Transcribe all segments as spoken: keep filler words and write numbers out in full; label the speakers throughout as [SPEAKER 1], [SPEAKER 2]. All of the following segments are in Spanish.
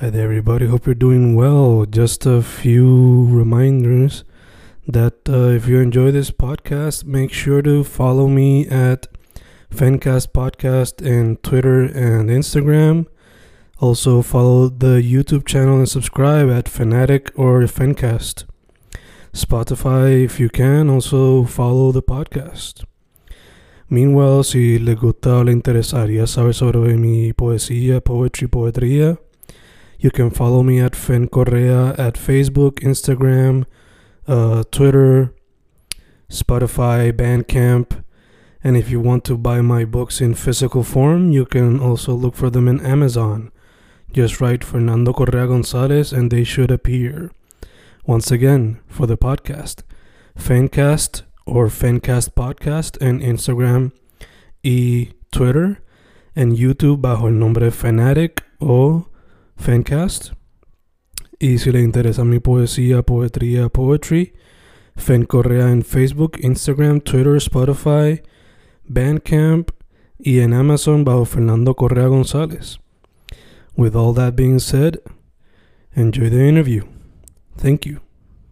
[SPEAKER 1] Hi there, everybody. Hope you're doing well. Just a few reminders that uh, if you enjoy this podcast, make sure to follow me at Fencast Podcast in Twitter and Instagram. Also, follow the YouTube channel and subscribe at Fanatic or Fencast. Spotify, if you can, also follow the podcast. Meanwhile, si les gusta o le interesaría saber sobre mi poesía, poetry, poetría, you can follow me at Fen Correa at Facebook, Instagram, uh, Twitter, Spotify, Bandcamp. And if you want to buy my books in physical form, you can also look for them in Amazon. Just write Fernando Correa Gonzalez and they should appear. Once again, for the podcast, Fencast or Fencast Podcast en Instagram y Twitter, en YouTube bajo el nombre Fanatic o Fencast. Y si le interesa mi poesía, poetría, poetry, Fen Correa en Facebook, Instagram, Twitter, Spotify, Bandcamp y en Amazon bajo Fernando Correa González. With all that being said, enjoy the interview. Thank you.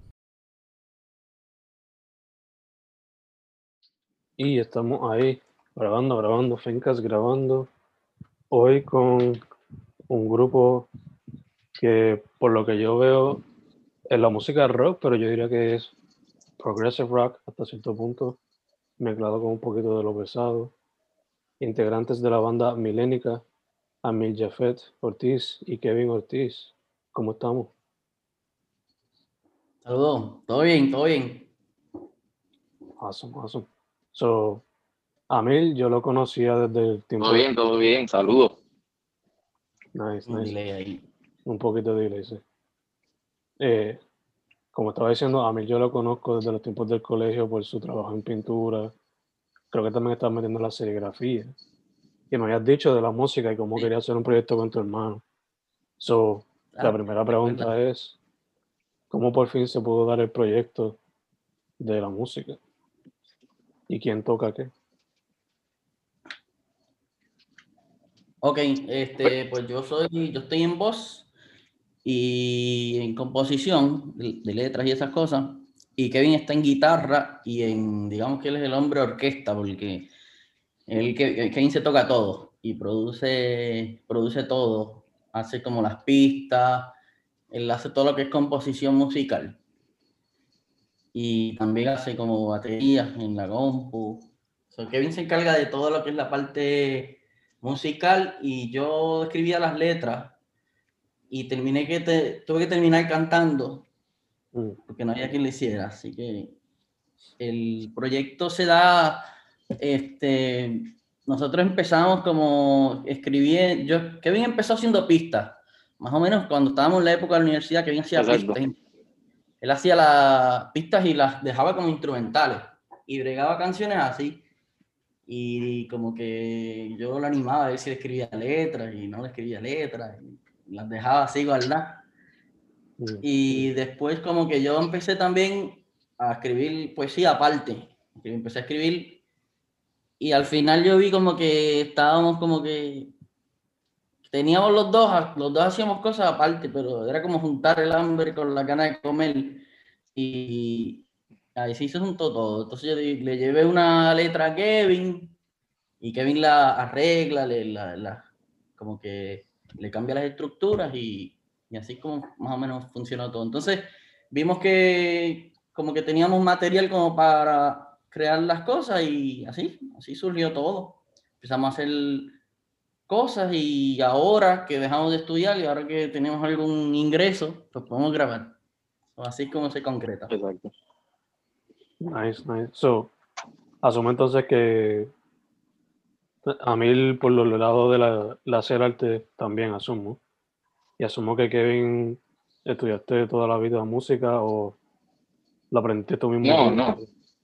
[SPEAKER 1] Y estamos ahí, grabando, grabando, Fencast grabando. Hoy con un grupo que, por lo que yo veo, es la música rock, pero yo diría que es progressive rock hasta cierto punto, mezclado con un poquito de lo pesado. Integrantes de la banda Milénica, Amil Jafet Ortiz y Kevin Ortiz. ¿Cómo estamos?
[SPEAKER 2] Saludos, todo bien, todo bien.
[SPEAKER 1] Awesome, awesome. So, Amil, yo lo conocía desde el tiempo.
[SPEAKER 3] Todo bien, todo bien, saludos.
[SPEAKER 1] Nice,
[SPEAKER 2] Un
[SPEAKER 1] nice.
[SPEAKER 2] delay ahí.
[SPEAKER 1] Un poquito de delay, sí. Eh, como estaba diciendo, Amil yo lo conozco desde los tiempos del colegio por su trabajo en pintura. Creo que también estaba metiendo la serigrafía. Y me habías dicho de la música y cómo
[SPEAKER 2] Sí.
[SPEAKER 1] quería hacer un proyecto con tu hermano. So,
[SPEAKER 2] Ah,
[SPEAKER 1] la primera pregunta
[SPEAKER 2] recuerda.
[SPEAKER 1] es, ¿cómo por fin se pudo dar el proyecto de la música? ¿Y quién toca qué?
[SPEAKER 2] Ok, este, pues yo soy, yo estoy en voz y en composición de, de letras y esas cosas. Y Kevin está en guitarra y en, digamos que él es el hombre orquesta, porque él, que- Kevin se toca todo y produce, produce todo. Hace como las pistas, él hace todo lo que es composición musical. Y también hace como baterías en la compu. So, Kevin se encarga de todo lo que es la parte musical y yo escribía las letras y terminé que te, tuve que terminar cantando
[SPEAKER 1] Mm.
[SPEAKER 2] porque no había quien lo hiciera. Así que el proyecto se da, este, nosotros empezamos como escribiendo, yo, Kevin empezó haciendo pistas, más o menos cuando estábamos en la época de la universidad, Kevin hacía
[SPEAKER 3] Exacto.
[SPEAKER 2] pistas. Él hacía las pistas y las dejaba como instrumentales y bregaba canciones así. Y como que yo lo animaba a ver si le escribía letras y no le escribía letras. Y las dejaba así guardadas.
[SPEAKER 1] Mm.
[SPEAKER 2] Y después como que yo empecé también a escribir poesía aparte. Empecé a escribir y al final yo vi como que estábamos como que teníamos los dos, los dos hacíamos cosas aparte, pero era como juntar el hambre con la gana de comer. Y ahí se hizo junto todo. Entonces yo le, le llevé una letra a Kevin y Kevin la arregla, le, la, la, como que le cambia las estructuras y, y así como más o menos funcionó todo. Entonces vimos que como que teníamos material como para crear las cosas y así, así surgió todo. Empezamos a hacer cosas y ahora que dejamos de estudiar y ahora que tenemos algún ingreso, pues podemos grabar. Así es como se concreta.
[SPEAKER 3] Exacto.
[SPEAKER 1] Nice, nice. So, asumo entonces que Amil, por los lados de la, la hacer arte, también asumo. Y asumo que Kevin, ¿estudiaste toda la vida música o la aprendiste tú mismo?
[SPEAKER 3] No,
[SPEAKER 1] Todo?
[SPEAKER 3] no.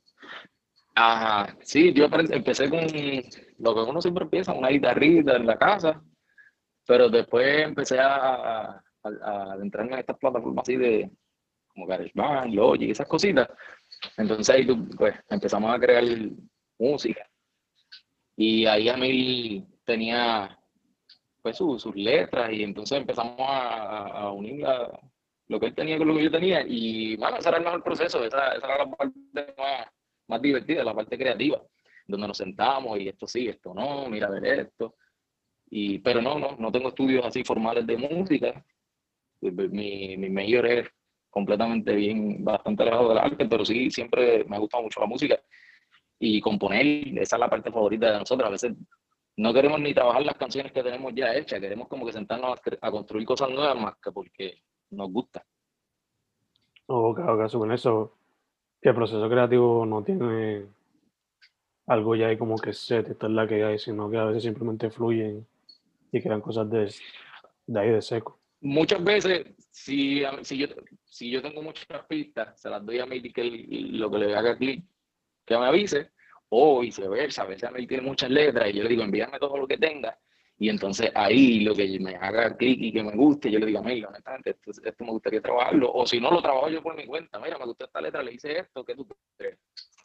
[SPEAKER 3] Ajá, sí, yo aprend- empecé con lo que uno siempre empieza, una guitarrita en la casa, pero después empecé a, a, a adentrarme en estas plataformas así de como GarageBand, Logic, esas cositas. Entonces ahí tú, pues empezamos a crear música y ahí a mí tenía pues, su- sus letras y entonces empezamos a, a- a unir la- lo que él tenía con lo que yo tenía y, bueno, ese era el mejor proceso, esa, esa era la parte más, más divertida, la parte creativa, donde nos sentamos y esto sí, esto no, mira a ver esto. Y, pero no, no, no tengo estudios así formales de música. Mi, mi mayor es completamente bien, bastante alejado del arte, pero sí, siempre me gusta mucho la música y componer, esa es la parte favorita de nosotros. A veces no queremos ni trabajar las canciones que tenemos ya hechas, queremos como que sentarnos a, cre- a construir cosas nuevas más que porque nos gusta.
[SPEAKER 1] O claro, caso con eso, que el proceso creativo no tiene algo ya ahí como que set, esta es la que hay, sino que a veces simplemente fluyen y crean cosas de, de ahí de seco.
[SPEAKER 3] Muchas veces, si, a- si, yo, si yo tengo muchas pistas, se las doy a Mili que el- lo que le haga clic, que me avise, o viceversa, a veces Mili tiene muchas letras y yo le digo, envíame todo lo que tenga, y entonces ahí lo que me haga clic y que me guste, yo le digo a Mili, honestamente, esto, esto me gustaría trabajarlo, o si no lo trabajo yo por mi cuenta, mira, me gustó esta letra, le hice esto, ¿qué tú crees?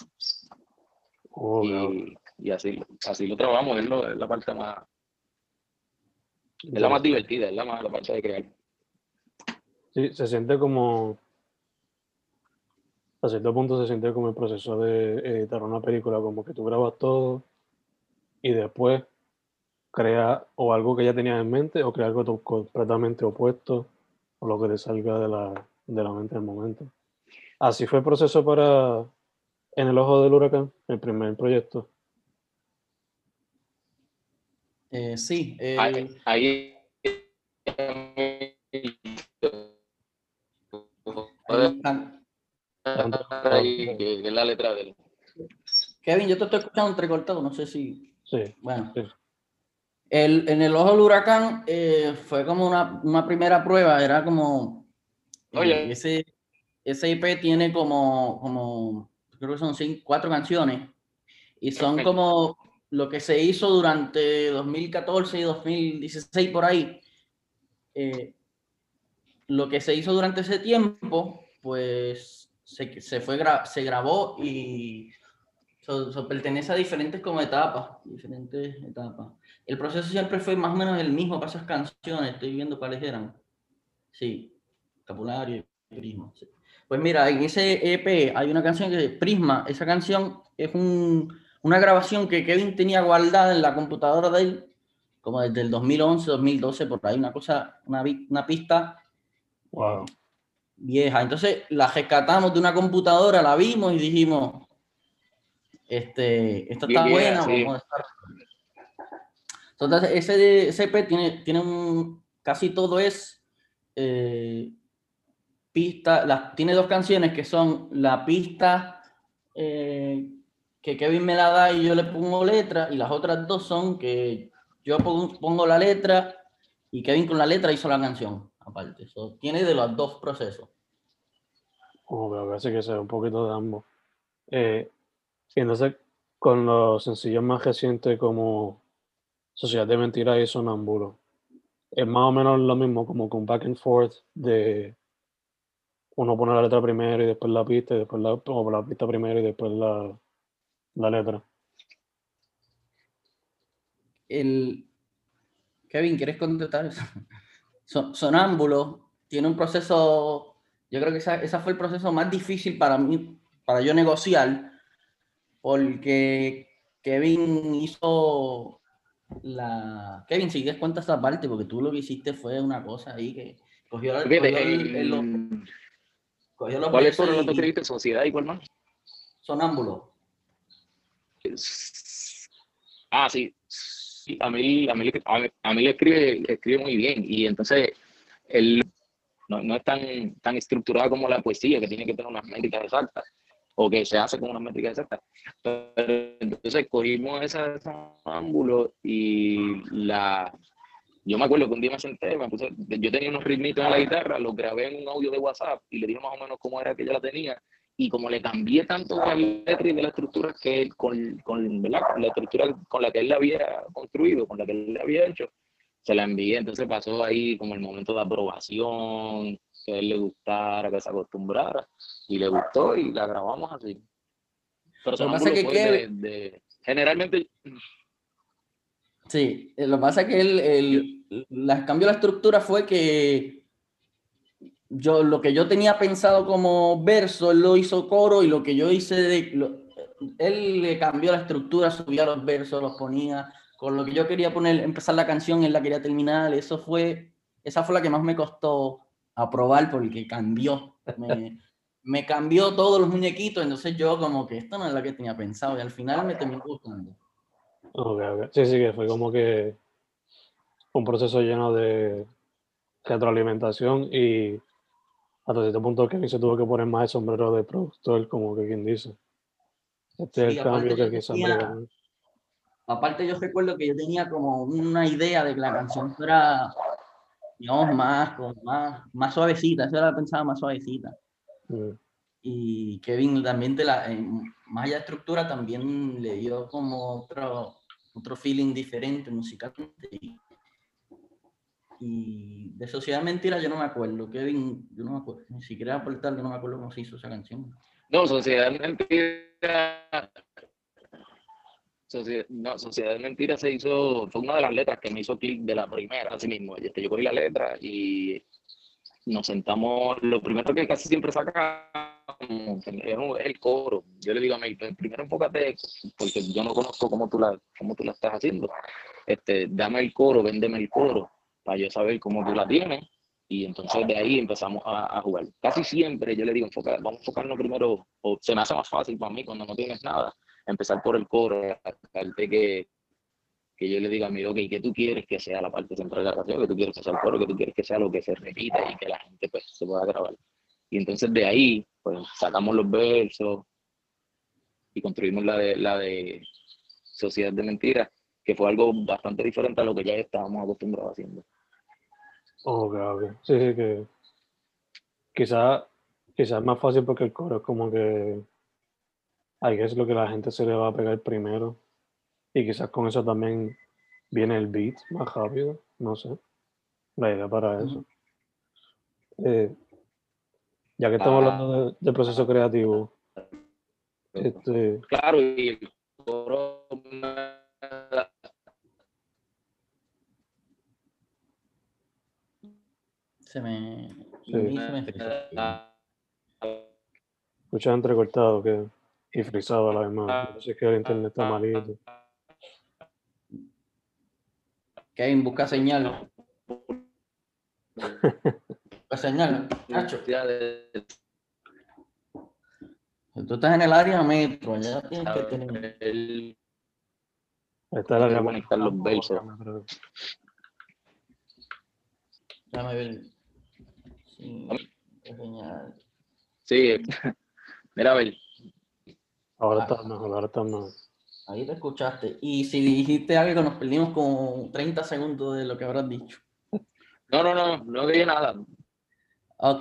[SPEAKER 1] Oh, claro.
[SPEAKER 3] Y, y así, así lo trabajamos, es, lo- es la parte más, es la más
[SPEAKER 1] Interesante.
[SPEAKER 3] divertida, es la más la parte de crear.
[SPEAKER 1] Sí, se siente como, a cierto punto se siente como el proceso de editar una película, como que tú grabas todo y después creas o algo que ya tenías en mente o creas algo to- completamente opuesto o lo que te salga de la, de la mente al momento. Así fue el proceso para En el ojo del huracán, el primer proyecto.
[SPEAKER 2] Eh, sí,
[SPEAKER 3] Ahí,
[SPEAKER 2] el,
[SPEAKER 3] ahí
[SPEAKER 2] ahí- ah,
[SPEAKER 1] Está
[SPEAKER 3] ahí,
[SPEAKER 1] entrecortado.
[SPEAKER 3] que que es la letra de él.
[SPEAKER 2] Kevin, yo te estoy escuchando entrecortado, no sé si,
[SPEAKER 1] Sí,
[SPEAKER 2] bueno.
[SPEAKER 1] sí.
[SPEAKER 2] El, en el ojo del huracán eh, fue como una, una primera prueba, era como, eh,
[SPEAKER 3] Oye,
[SPEAKER 2] ese, ese I P tiene como, como, creo que son cinco, cuatro canciones, y son como lo que se hizo durante dos mil catorce y dos mil dieciséis por ahí. Eh, lo que se hizo durante ese tiempo, pues se, se, fue, se grabó y so, so, pertenece a diferentes como etapas, diferentes etapas. El proceso siempre fue más o menos el mismo para esas canciones, estoy viendo cuáles eran. Sí, Escapulario y Prisma. Sí. Pues mira, en ese E P hay una canción que es Prisma, esa canción es un, una grabación que Kevin tenía guardada en la computadora de él, como desde el dos mil once, dos mil doce, por ahí, una cosa, una, una pista
[SPEAKER 1] Wow.
[SPEAKER 2] eh, vieja. Entonces la rescatamos de una computadora, la vimos y dijimos, este, esta
[SPEAKER 3] bien
[SPEAKER 2] está
[SPEAKER 3] vieja,
[SPEAKER 2] buena,
[SPEAKER 3] sí.
[SPEAKER 2] vamos a estar. Entonces ese, ese E P tiene, tiene un, casi todo es eh, pista, las, tiene dos canciones que son la pista eh, que Kevin me la da y yo le pongo letra, y las otras dos son que yo pongo, pongo la letra y Kevin con la letra hizo la canción, aparte. Eso tiene de los dos procesos.
[SPEAKER 1] Como veo que hace que sea un poquito de ambos. Eh, y entonces, con los sencillos más recientes como Sociedad de Mentiras y Sonámbulo, es más o menos lo mismo, como con back and forth de uno pone la letra primero y después la pista, y después la, o la pista primero y después la, la letra.
[SPEAKER 2] El, Kevin, ¿quieres contestar eso? Son, Sonámbulo tiene un proceso, yo creo que esa, esa fue el proceso más difícil para mí, para yo negociar, porque Kevin hizo la... Kevin, si des cuenta esa parte, porque tú lo que hiciste fue una cosa ahí que cogió, el-
[SPEAKER 3] Fíjate,
[SPEAKER 2] cogió, el- el- los,
[SPEAKER 3] en-
[SPEAKER 2] cogió los
[SPEAKER 3] ¿cuáles
[SPEAKER 2] versos
[SPEAKER 3] fueron las dos que
[SPEAKER 2] y, y
[SPEAKER 3] dijiste? Sociedad y cuál más.
[SPEAKER 2] Sonámbulo.
[SPEAKER 3] Ah, sí. Sí, a mí, a mí, a mí, a mí le escribe, escribe muy bien y entonces él no, no es tan, tan estructurada como la poesía, que tiene que tener unas métricas exactas o que se hace con unas métricas exactas. Pero entonces cogimos ese ángulo y la... Yo me acuerdo que un día me senté, me puse, yo tenía unos ritmitos en la guitarra, los grabé en un audio de WhatsApp y le dije más o menos cómo era que yo la tenía. Y como le cambié tanto de la letra y de la estructura que él, con, con ¿verdad? la estructura con la que él la había construido, con la que él le había hecho, se la envié. Entonces pasó ahí como el momento de aprobación, que a él le gustara, que se acostumbrara. Y le gustó y la grabamos así. Pero
[SPEAKER 2] Lo que pasa es
[SPEAKER 3] Sonámbulo
[SPEAKER 2] que
[SPEAKER 3] fue de,
[SPEAKER 2] Kevin,
[SPEAKER 3] de generalmente
[SPEAKER 2] sí, lo que pasa es que él,
[SPEAKER 3] yo,
[SPEAKER 2] él la, cambió la estructura fue que yo, lo que yo tenía pensado como verso, él lo hizo coro, y lo que yo hice, de, lo, él le cambió la estructura, subía los versos, los ponía, con lo que yo quería poner, empezar la canción, él la quería terminar. Eso fue, esa fue la que más me costó aprobar, porque cambió, me, me cambió todos los muñequitos, entonces yo como que esto no es la que tenía pensado, y al final me terminó gustando.
[SPEAKER 1] Ok, ok. Sí, sí, que fue como que un proceso lleno de retroalimentación y hasta cierto punto Kevin se tuvo que poner más el sombrero de productor, como que quien dice. Este es
[SPEAKER 2] Sí,
[SPEAKER 1] el cambio
[SPEAKER 2] aparte
[SPEAKER 1] que
[SPEAKER 2] yo
[SPEAKER 1] quizás
[SPEAKER 2] tenía,
[SPEAKER 1] brega más.
[SPEAKER 2] aparte yo recuerdo que yo tenía como una idea de que la canción fuera, digamos, más, como más, más suavecita, eso la pensaba más suavecita.
[SPEAKER 1] Mm.
[SPEAKER 2] Y Kevin también, de la, en, más allá de estructura, también le dio como otro, otro feeling diferente musicalmente. Y, y de Sociedad Mentira yo no me acuerdo, Kevin, yo no me acuerdo, ni siquiera aportar, yo no me acuerdo cómo se hizo esa canción.
[SPEAKER 3] No, Sociedad Mentira, Sociedad, no, Sociedad Mentira se hizo, fue una de las letras que me hizo clic de la primera, así mismo. Este, yo cogí la letra y nos sentamos, lo primero que casi siempre sacamos es el coro. Yo le digo a Mel, primero enfócate, porque yo no conozco cómo tú la, cómo tú la estás haciendo. Este, dame el coro, véndeme el coro, para yo saber cómo tú la tienes. Y entonces de ahí empezamos a, a jugar. Casi siempre yo le digo, enfoca, vamos a enfocarnos primero, o se me hace más fácil para mí cuando no tienes nada, empezar por el coro, hasta que que yo le diga a mí, ok, ¿qué tú quieres que sea la parte central de la canción? ¿Qué tú quieres que sea el coro? ¿Qué tú quieres que sea lo que se repita y que la gente pues se pueda grabar? Y entonces de ahí, pues sacamos los versos y construimos la de, la de Sociedad de Mentiras, que fue algo bastante diferente a lo que ya estábamos acostumbrados haciendo.
[SPEAKER 1] Ok, ok. Sí, sí, que quizás quizá es más fácil porque el coro es como que ahí es lo que la gente se le va a pegar primero. Y quizás con eso también viene el beat más rápido, no sé. La idea para eso. Eh, ya que estamos
[SPEAKER 3] Ah,
[SPEAKER 1] hablando de, de proceso creativo, este,
[SPEAKER 3] claro, y el coro
[SPEAKER 2] Se me,
[SPEAKER 1] sí,
[SPEAKER 2] a mí se me frizó.
[SPEAKER 1] escuchaba entrecortado que, y frisado a la misma vez. No sé si es que el internet está malito.
[SPEAKER 2] Kevin, busca señal. Busca señal, Nacho. Si tú estás en el área metro, ya tienes que tener.
[SPEAKER 1] Esta es la llamada
[SPEAKER 3] conectar los versos.
[SPEAKER 2] Déjame ver. Sí, señal.
[SPEAKER 3] Sí, mira, a ver.
[SPEAKER 1] Ahora
[SPEAKER 2] Ah,
[SPEAKER 1] está mejor, ahora está mejor.
[SPEAKER 2] ahí te escuchaste. Y si dijiste algo, nos perdimos como treinta segundos de lo que habrás dicho.
[SPEAKER 3] No, no, no, no dije nada.
[SPEAKER 2] Ok.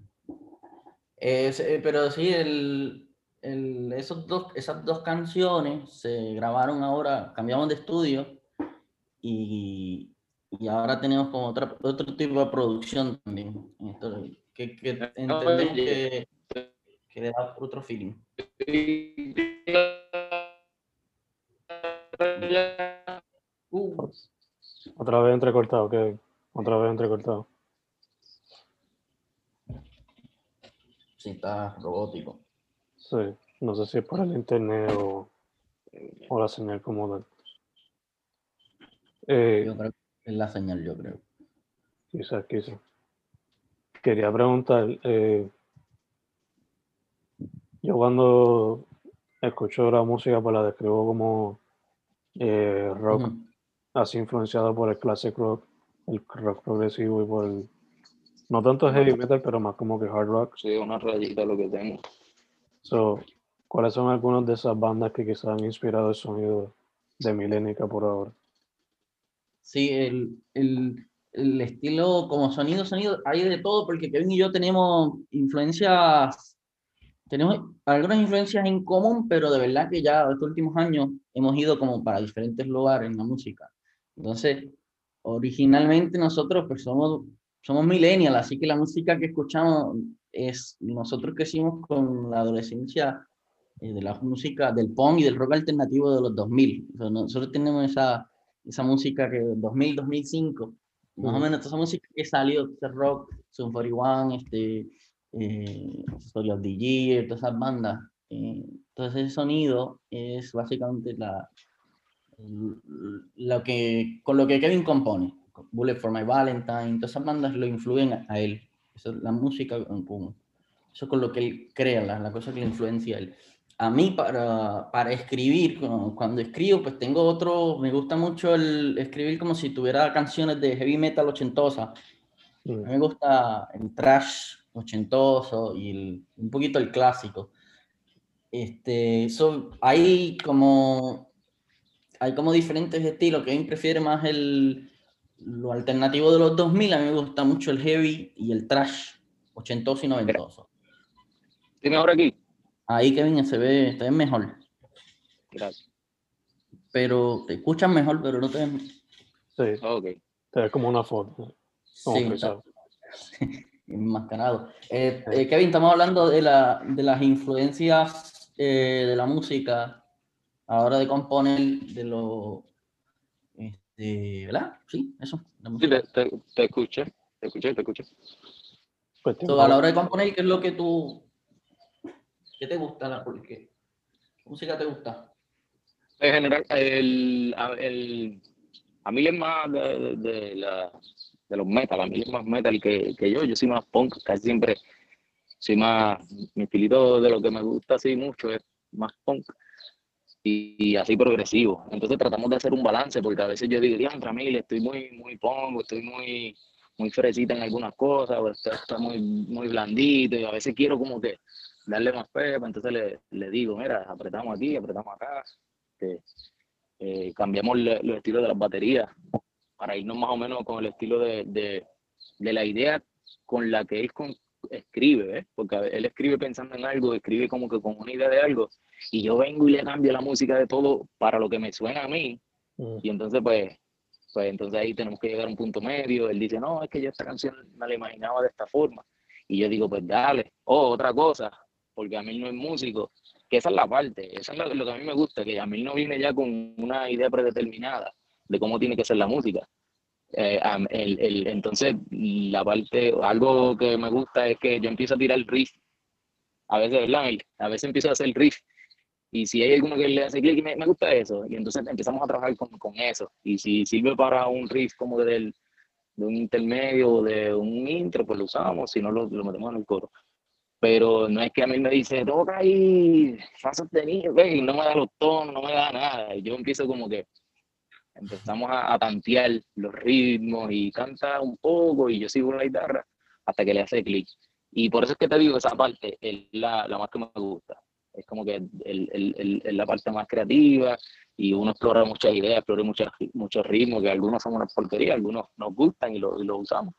[SPEAKER 2] Eh, pero sí, el, el, esos dos, esas dos canciones se grabaron ahora, cambiamos de estudio y, y ahora tenemos como otra, otro tipo de producción también. Esto, que, que entendemos que, que le da otro feeling. Uh,
[SPEAKER 1] Otra vez entrecortado, que otra vez entrecortado.
[SPEAKER 2] sí, está robótico.
[SPEAKER 1] Sí, no sé si es por el internet o, o la señal como tal. Eh,
[SPEAKER 2] Yo creo que es la señal, yo creo.
[SPEAKER 1] quizás, quizás. Quería preguntar, eh, yo cuando escucho la música, pues la describo como eh, rock,
[SPEAKER 2] Uh-huh.
[SPEAKER 1] así influenciado por el classic rock, el rock progresivo y por el, no tanto heavy metal, pero más como que hard rock.
[SPEAKER 3] Sí, una rayita lo que tengo.
[SPEAKER 1] So, ¿cuáles son algunas de esas bandas que quizás han inspirado el sonido de Milénica por ahora?
[SPEAKER 2] Sí, el, el, el estilo como sonido, sonido, hay de todo, porque Kevin y yo tenemos influencias, tenemos algunas influencias en común, pero de verdad que ya estos últimos años hemos ido como para diferentes lugares en la música. Entonces, originalmente nosotros pues somos, somos millennials, así que la música que escuchamos es, nosotros crecimos con la adolescencia eh, de la música del punk y del rock alternativo de los dos mil. O sea, nosotros tenemos esa, esa música que dos mil, dos mil cinco, Más o
[SPEAKER 1] Ujú.
[SPEAKER 2] menos toda esa música que salió, este rock, Sum cuarenta y uno, este, eh, Story of the Year, todas esas bandas. Eh, entonces ese sonido es básicamente la, lo que, con lo que Kevin compone. Bullet for My Valentine, todas esas bandas lo influyen a, a él. Esa es la música con, con- eso es con lo que él crea, la, la cosa que le influencia a él. A mí para, para escribir, cuando, cuando escribo, pues tengo otro, me gusta mucho el escribir como si tuviera canciones de heavy metal ochentosa. A
[SPEAKER 1] Mm.
[SPEAKER 2] mí me gusta el thrash ochentoso y el- un poquito el clásico. Este, so, hay como hay como diferentes estilos. Kevin prefiere más el, lo alternativo de los dos mil. A mí me gusta mucho el heavy y el thrash ochentoso y
[SPEAKER 3] Mira,
[SPEAKER 2] noventoso.
[SPEAKER 3] ¿estoy mejor aquí?
[SPEAKER 2] Ahí Kevin se ve, te ves mejor,
[SPEAKER 3] Gracias.
[SPEAKER 2] pero te escuchas mejor, pero no te ves.
[SPEAKER 1] Sí,
[SPEAKER 3] Ok.
[SPEAKER 1] te ves como una foto, como
[SPEAKER 2] Sí, está
[SPEAKER 1] frisado.
[SPEAKER 2] enmascarado. Eh,
[SPEAKER 1] Eh,
[SPEAKER 2] eh, Kevin, estamos hablando de, la, de las influencias eh, de la música, ahora de componer, de lo, este, ¿verdad? Sí, eso, la
[SPEAKER 3] Sí, te,
[SPEAKER 2] música.
[SPEAKER 3] te, te escuché, te escuché, te escuché.
[SPEAKER 1] pues te
[SPEAKER 2] So, a la
[SPEAKER 1] iba-
[SPEAKER 2] hora de componer, ¿qué es lo que tú, qué te gusta? La, porque, ¿qué música te gusta?
[SPEAKER 3] En general, el, a- el, a mí es más de, de, de la, de los metal, a mí es más metal que, que yo, yo soy más punk, casi siempre soy más, mi estilito de lo que me gusta así mucho es más punk y, y así progresivo. Entonces tratamos de hacer un balance, porque a veces yo digo, diantre, Mil, estoy muy, muy punk, o estoy muy, muy fresita en algunas cosas, o esto está muy, muy blandito, y a veces quiero como que darle más pepa, entonces le, le digo, mira, apretamos aquí, apretamos acá, que, eh, cambiamos le- los estilos de las baterías para irnos más o menos con el estilo de, de, de la idea con la que él con- escribe, ¿eh? Porque a ver, él escribe pensando en algo, escribe como que con una idea de algo, y yo vengo y le cambio la música de todo para lo que me suena a mí,
[SPEAKER 1] mm,
[SPEAKER 3] y entonces pues, pues entonces ahí tenemos que llegar a un punto medio, él dice, no, es que yo esta canción me la imaginaba de esta forma, y yo digo, pues dale, o otra cosa, porque a mí no es músico, que esa es la parte, eso es lo, lo que a mí me gusta, que a mí no viene ya con una idea predeterminada de cómo tiene que ser la música. Eh, am- el, el, entonces, la parte, algo que me gusta es que yo empiezo a tirar el riff, a veces, ¿verdad? Mil? A veces empiezo a hacer el riff, y si hay alguno que le hace clic, me, me gusta eso, y entonces empezamos a trabajar con, con eso, y si sirve para un riff como del, de un intermedio o de un intro, pues lo usamos, si no lo, lo metemos en el coro. Pero no es que a mí me dice, toca ahí, fa sostenido, ve, y no me da los tonos, no me da nada, y yo empiezo como que empezamos a, a tantear los ritmos y canta un poco y yo sigo la guitarra hasta que le hace clic. Y por eso es que te digo, esa parte es la, la más que me gusta. Es como que el, el, el, el la parte más creativa y uno explora muchas ideas, explora muchas, muchos ritmos, que algunos son una porquería, algunos nos gustan y los lo usamos.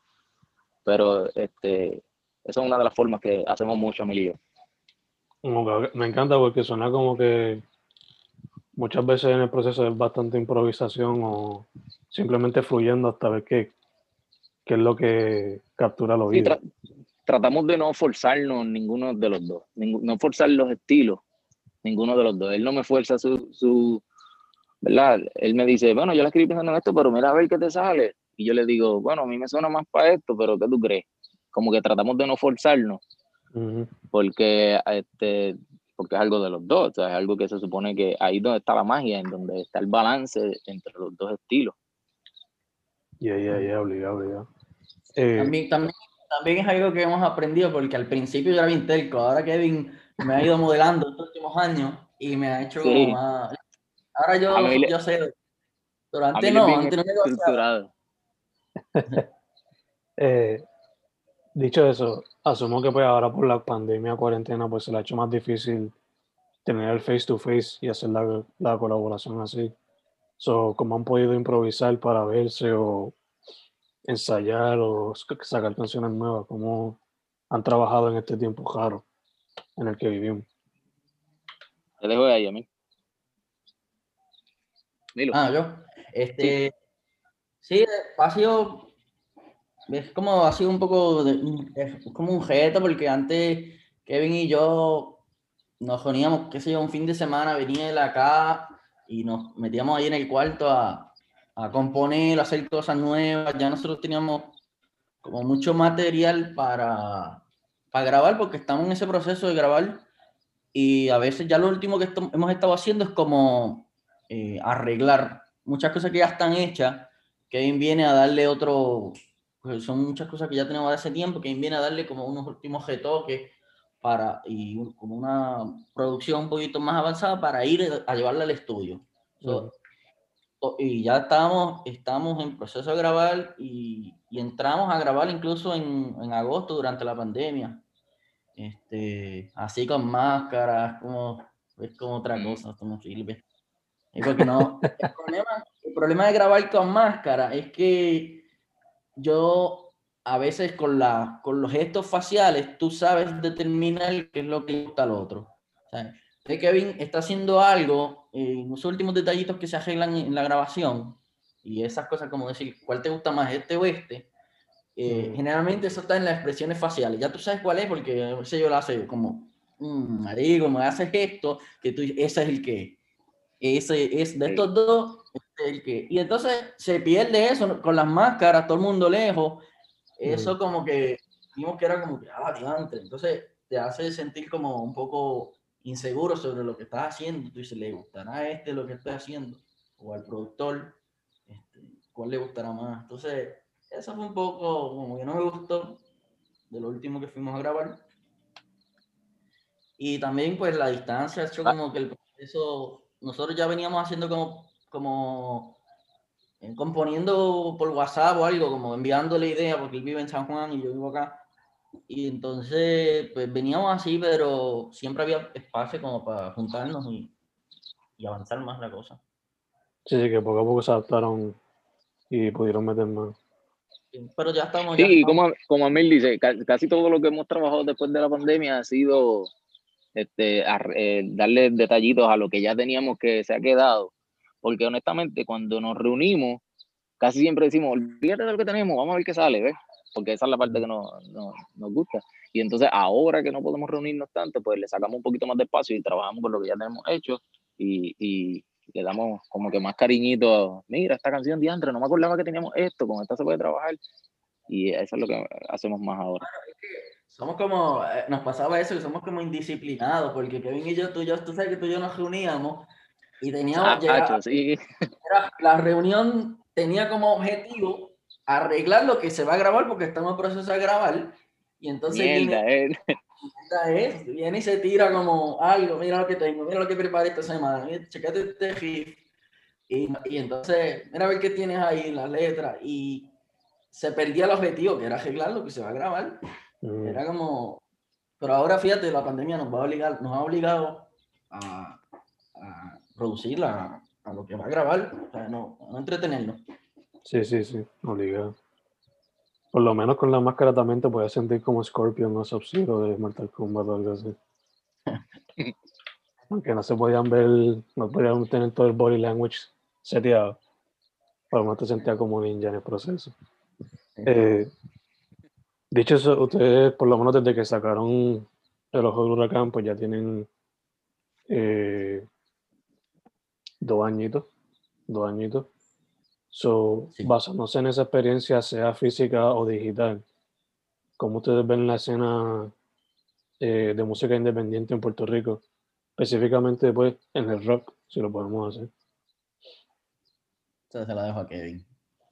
[SPEAKER 3] Pero este, esa es una de las formas que hacemos mucho, Emilio y yo.
[SPEAKER 1] como que me encanta porque suena como que muchas veces en el proceso es bastante improvisación o simplemente fluyendo hasta ver qué, qué es lo que captura el
[SPEAKER 3] Sí,
[SPEAKER 1] oído.
[SPEAKER 3] tra tratamos de no forzarnos ninguno de los dos, no forzar los estilos, ninguno de los dos. Él no me fuerza su, su, ¿verdad? Él me dice, bueno, yo la escribí pensando en esto, pero mira a ver qué te sale. Y yo le digo, bueno, a mí me suena más para esto, pero ¿qué tú crees? Como que tratamos de no forzarnos,
[SPEAKER 1] Ujú.
[SPEAKER 3] porque, este, porque es algo de los dos, o sea, es algo que se supone que ahí es donde está la magia, en donde está el balance entre los dos estilos.
[SPEAKER 1] Ya, ya, ya, obligado, obligado. Eh,
[SPEAKER 2] También, también, también es algo que hemos aprendido porque al principio yo era bien terco, ahora Kevin me ha ido modelando estos últimos años y me ha hecho como
[SPEAKER 3] Sí,
[SPEAKER 2] más... Ahora
[SPEAKER 3] a mí,
[SPEAKER 2] yo, yo sé, pero
[SPEAKER 3] a
[SPEAKER 2] antes
[SPEAKER 3] mí es
[SPEAKER 2] no,
[SPEAKER 3] bien
[SPEAKER 2] antes no negociaba.
[SPEAKER 3] estructurado.
[SPEAKER 1] eh, dicho eso, asumo que pues ahora por la pandemia, cuarentena, pues se le ha hecho más difícil tener el face to face y hacer la, la colaboración así. So, ¿cómo han podido improvisar para verse o ensayar o sc- sacar canciones nuevas? ¿Cómo han trabajado en este tiempo raro en el que vivimos?
[SPEAKER 3] Te dejo de ahí, a mí. Milo,
[SPEAKER 2] Ah, yo.
[SPEAKER 3] sí.
[SPEAKER 2] Este, sí, ha sido, es como, ha sido un poco, de, es como un reto porque antes Kevin y yo nos reuníamos, qué sé yo, un fin de semana, venía él acá y nos metíamos ahí en el cuarto a, a componer, a hacer cosas nuevas. Ya nosotros teníamos como mucho material para, para grabar, porque estamos en ese proceso de grabar. Y a veces ya lo último que esto, hemos estado haciendo es como eh, arreglar muchas cosas que ya están hechas. Kevin viene a darle otro, pues son muchas cosas que ya tenemos de hace tiempo. Kevin viene a darle como unos últimos retoques para, y un, como una producción un poquito más avanzada para ir a llevarla al estudio. So,
[SPEAKER 1] Ujú.
[SPEAKER 2] y ya estábamos, estamos en proceso de grabar y, y entramos a grabar incluso en, en agosto durante la pandemia. Este, así con máscaras, como, es como otra
[SPEAKER 3] Mm.
[SPEAKER 2] cosa, esto no sirve. Y porque no, el problema, el problema de grabar con máscara es que yo a veces con, la, con los gestos faciales tú sabes determinar qué es lo que le gusta al otro. O sea, sé que Kevin está haciendo algo, en los últimos detallitos que se arreglan en la grabación y esas cosas como decir, ¿cuál te gusta más, este o este? Eh,
[SPEAKER 1] Mm.
[SPEAKER 2] generalmente eso está en las expresiones faciales. Ya tú sabes cuál es, porque a veces yo lo hace como, mmm, marico, me haces esto, que tú, ese es el que, ese es de
[SPEAKER 3] Sí.
[SPEAKER 2] estos dos, este es el que. Y entonces se pierde eso ¿no? Con las máscaras, todo el mundo lejos. Eso
[SPEAKER 1] Ujú.
[SPEAKER 2] como que, vimos que era como que, ah, diantre. Entonces te hace sentir como un poco inseguro sobre lo que estás haciendo. Tú dices, ¿le gustará a este lo que estoy haciendo? O al productor, este, ¿cuál le gustará más? Entonces, eso fue un poco como que no me gustó de lo último que fuimos a grabar. Y también pues la distancia ha hecho
[SPEAKER 3] Ah,
[SPEAKER 2] como que el proceso, nosotros ya veníamos haciendo como, como eh, componiendo por WhatsApp o algo, como enviándole idea, porque él vive en San Juan y yo vivo acá. Y entonces pues veníamos así, pero siempre había espacio como para juntarnos y, y avanzar más la cosa.
[SPEAKER 1] Sí, sí, que poco a poco se adaptaron y pudieron meter más.
[SPEAKER 2] Pero ya estamos, ya
[SPEAKER 3] sí, y
[SPEAKER 2] estamos.
[SPEAKER 3] como, como Amel dice, ca- casi todo lo que hemos trabajado después de la pandemia ha sido este, a- eh, darle detallitos a lo que ya teníamos que se ha quedado. Porque honestamente, cuando nos reunimos, casi siempre decimos, olvídate de lo que tenemos, vamos a ver qué sale, ¿ves? Porque esa es la parte que nos, nos, nos gusta. Y entonces, ahora que no podemos reunirnos tanto, pues le sacamos un poquito más de espacio y trabajamos con lo que ya tenemos hecho y, y le damos como que más cariñito. Mira, esta canción de Andre, no me acordaba que teníamos esto, con esta se puede trabajar. Y eso es lo que hacemos más ahora.
[SPEAKER 2] Somos como, eh, nos pasaba eso, que somos como indisciplinados, porque Kevin y yo, tú, y yo, tú sabes que tú y yo nos reuníamos y teníamos, llegaba,
[SPEAKER 3] Sacho, sí.
[SPEAKER 2] era- la reunión tenía como objetivo arreglar lo que se va a grabar, porque estamos en proceso de grabar, y entonces viene,
[SPEAKER 3] Mierda, eh.
[SPEAKER 2] esta es, viene y se tira como algo, mira lo que tengo, mira lo que preparé esta semana, mira, checate este riff, y, y entonces, mira a ver qué tienes ahí, las letras, y se perdía el objetivo, que era arreglar lo que se va a grabar.
[SPEAKER 1] Mm.
[SPEAKER 2] Era como, pero ahora fíjate, la pandemia nos va a obligar, nos ha obligado a, a producirla, a, a lo que va a grabar, o sea, no, a no entretenernos.
[SPEAKER 1] Sí, sí, sí, obligado. Por lo menos con la máscara también te puedes sentir como Scorpion o Sub-Zero de Mortal Kombat o algo así. Aunque no se podían ver, no podían tener todo el body language seteado, por lo menos te sentías como ninja en el proceso. Eh, dicho eso, ustedes por lo menos desde que sacaron El Ojo del Huracán, pues ya tienen eh, dos añitos, dos añitos. So,
[SPEAKER 2] Sí.
[SPEAKER 1] basándose en esa experiencia, sea física o digital, ¿cómo ustedes ven la escena eh, de música independiente en Puerto Rico? Específicamente, pues, en el rock, si lo podemos hacer.
[SPEAKER 2] Entonces se la dejo a Kevin.